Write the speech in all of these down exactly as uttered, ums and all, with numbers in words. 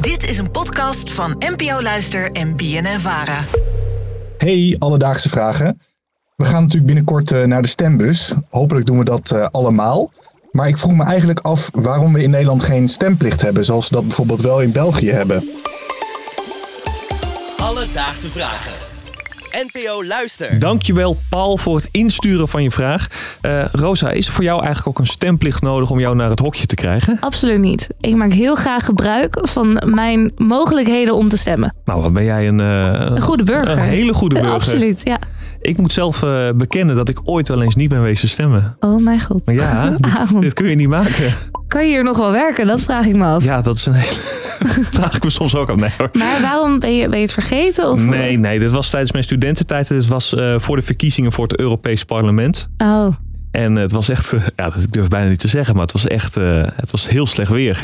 Dit is een podcast van N P O Luister en B N N Vara. Hey, Alledaagse Vragen. We gaan natuurlijk binnenkort uh, naar de stembus. Hopelijk doen we dat uh, allemaal. Maar ik vroeg me eigenlijk af waarom we in Nederland geen stemplicht hebben, zoals we dat bijvoorbeeld wel in België hebben. Alledaagse Vragen. N P O Luister. Dankjewel, Paul, voor het insturen van je vraag. Uh, Rosa, is er voor jou eigenlijk ook een stemplicht nodig om jou naar het hokje te krijgen? Absoluut niet. Ik maak heel graag gebruik van mijn mogelijkheden om te stemmen. Nou, wat ben jij een... Uh, een goede burger. Een hele goede burger. Uh, absoluut, ja. Ik moet zelf uh, bekennen dat ik ooit wel eens niet ben wezen stemmen. Oh mijn god. Ja, dit, dit kun je niet maken. Kan je hier nog wel werken? Dat vraag ik me af. Ja, dat is een hele... vraag ik me soms ook af. Nee, hoor. Maar waarom ben je, ben je het vergeten? Of... Nee, nee, dit was tijdens mijn studententijd. Dit was uh, voor de verkiezingen voor het Europees Parlement. Oh. En het was echt... Uh, ja, dat, ik durf bijna niet te zeggen, maar het was echt... Uh, het was heel slecht weer.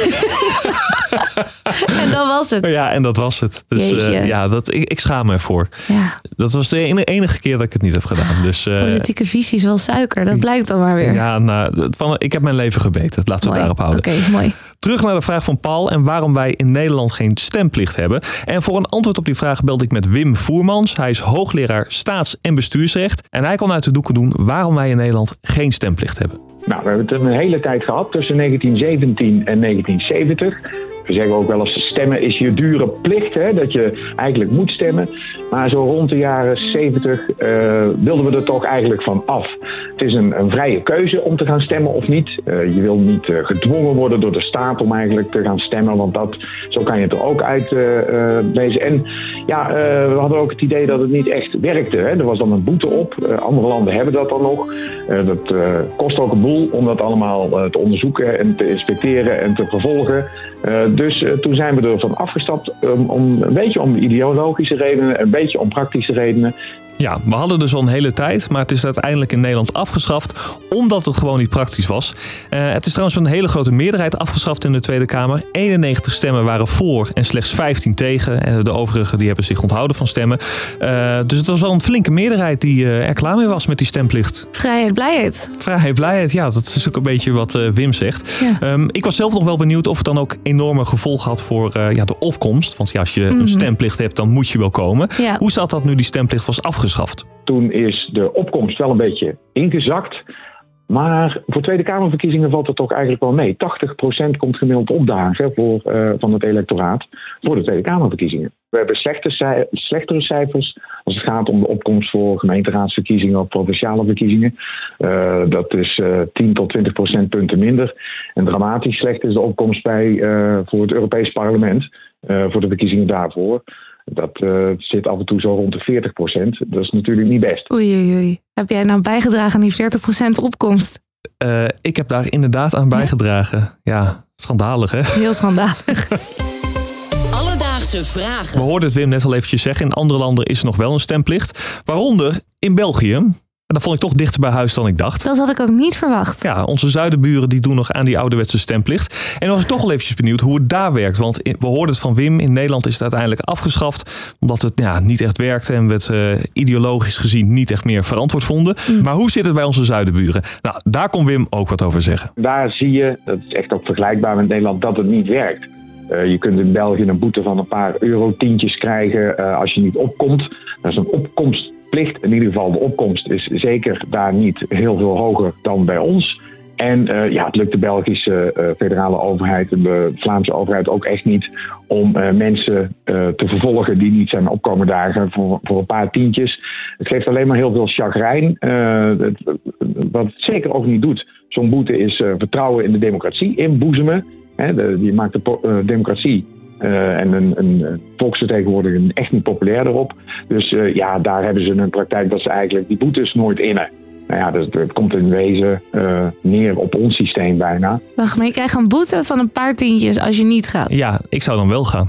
En dat was het. Ja, en dat was het. Dus uh, ja, dat, ik, ik schaam me ervoor. Ja. Dat was de enige keer dat ik het niet heb gedaan. Dus, uh, politieke visie is wel suiker, dat blijkt dan maar weer. Ja, nou, van, ik heb mijn leven gebeten. Laten we mooi. het daarop houden. Oké, okay, mooi. Terug naar de vraag van Paul en waarom wij in Nederland geen stemplicht hebben. En voor een antwoord op die vraag belde ik met Wim Voermans. Hij is hoogleraar staats- en bestuursrecht. En hij kon uit de doeken doen waarom wij in Nederland geen stemplicht hebben. Nou, we hebben het een hele tijd gehad tussen negentien zeventien en negentien zeventig. We zeggen ook wel eens stemmen is je dure plicht, hè, dat je eigenlijk moet stemmen. Maar zo rond de jaren zeventig uh, wilden we er toch eigenlijk van af. Het is een, een vrije keuze om te gaan stemmen of niet. Uh, je wil niet uh, gedwongen worden door de staat om eigenlijk te gaan stemmen, want dat, zo kan je het er ook uit uh, uh, lezen. En ja, uh, we hadden ook het idee dat het niet echt werkte. Hè. Er was dan een boete op. Uh, andere landen hebben dat dan nog. Uh, dat uh, kost ook een boel om dat allemaal uh, te onderzoeken en te inspecteren en te vervolgen. Uh, dus uh, toen zijn we ervan afgestapt um, om een beetje om ideologische redenen, een beetje om praktische redenen. Ja, we hadden dus al een hele tijd, maar het is uiteindelijk in Nederland afgeschaft omdat het gewoon niet praktisch was. Uh, het is trouwens met een hele grote meerderheid afgeschaft in de Tweede Kamer. eenennegentig stemmen waren voor en slechts vijftien tegen. En de overigen die hebben zich onthouden van stemmen. Uh, dus het was wel een flinke meerderheid die uh, er klaar mee was met die stemplicht. Vrijheid, blijheid. Vrijheid, blijheid, ja, dat is ook een beetje wat uh, Wim zegt. Ja. Um, ik was zelf nog wel benieuwd of het dan ook enorme gevolgen had voor uh, ja, de opkomst. Want ja, als je Mm-hmm. een stemplicht hebt, dan moet je wel komen. Ja. Hoe zat dat nu die stemplicht was afgeschaft? Toen is de opkomst wel een beetje ingezakt. Maar voor Tweede Kamerverkiezingen valt het toch eigenlijk wel mee. tachtig procent komt gemiddeld opdagen voor, uh, van het electoraat voor de Tweede Kamerverkiezingen. We hebben slechte cij- slechtere cijfers als het gaat om de opkomst voor gemeenteraadsverkiezingen of provinciale verkiezingen. Uh, dat is uh, tien tot twintig procentpunten minder. En dramatisch slecht is de opkomst bij, uh, voor het Europees Parlement. Uh, voor de verkiezingen daarvoor. Dat uh, zit af en toe zo rond de veertig procent. Dat is natuurlijk niet best. Oei, oei, oei. Heb jij nou bijgedragen aan die veertig procent opkomst? Uh, ik heb daar inderdaad aan bijgedragen. Ja, schandalig hè? Heel schandalig. Alledaagse Vragen. We hoorden het Wim net al eventjes zeggen. In andere landen is er nog wel een stemplicht. Waaronder in België. En dat vond ik toch dichter bij huis dan ik dacht. Dat had ik ook niet verwacht. Ja, onze zuidenburen die doen nog aan die ouderwetse stemplicht. En dan was ik toch wel eventjes benieuwd hoe het daar werkt. Want we hoorden het van Wim. In Nederland is het uiteindelijk afgeschaft. Omdat het ja, niet echt werkte. En we het uh, ideologisch gezien niet echt meer verantwoord vonden. Mm. Maar hoe zit het bij onze zuidenburen? Nou, daar kon Wim ook wat over zeggen. Daar zie je, dat is echt ook vergelijkbaar met Nederland, dat het niet werkt. Uh, je kunt in België een boete van een paar eurotientjes krijgen uh, als je niet opkomt. Dat is een opkomst. Plicht. In ieder geval de opkomst is zeker daar niet heel veel hoger dan bij ons. En uh, ja, het lukt de Belgische uh, federale overheid en de Vlaamse overheid ook echt niet om uh, mensen uh, te vervolgen die niet zijn opkomen dagen voor, voor een paar tientjes. Het geeft alleen maar heel veel chagrijn. Uh, het, wat het zeker ook niet doet, zo'n boete is uh, vertrouwen in de democratie inboezemen. Hè, de, je maakt de po- uh, democratie Uh, en een, een volksvertegenwoordiger echt niet populair erop. Dus uh, ja, daar hebben ze een praktijk dat ze eigenlijk die boetes nooit innen. Nou ja, dat, dat komt in wezen uh, neer op ons systeem bijna. Wacht, maar je krijgt een boete van een paar tientjes als je niet gaat. Ja, ik zou dan wel gaan.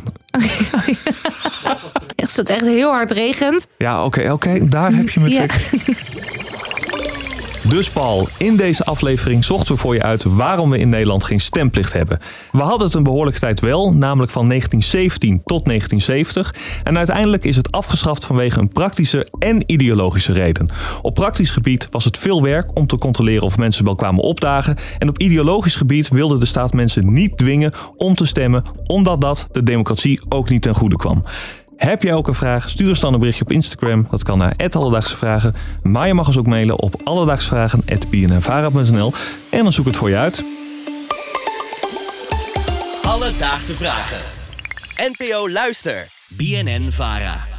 Als het echt heel hard regent. Ja, oké, okay, oké. Okay. Daar heb je me. Ja. Dus Paul, in deze aflevering zochten we voor je uit waarom we in Nederland geen stemplicht hebben. We hadden het een behoorlijke tijd wel, namelijk van negentien zeventien tot negentien zeventig. En uiteindelijk is het afgeschaft vanwege een praktische en ideologische reden. Op praktisch gebied was het veel werk om te controleren of mensen wel kwamen opdagen. En op ideologisch gebied wilde de staat mensen niet dwingen om te stemmen, omdat dat de democratie ook niet ten goede kwam. Heb jij ook een vraag? Stuur ons dan een berichtje op Instagram. Dat kan naar at Alledaagse Vragen. Maar je mag ons ook mailen op alledaagsvragen at b n n vara punt n l. En dan zoek ik het voor je uit. Alledaagse Vragen. N P O Luister. B N N Vara.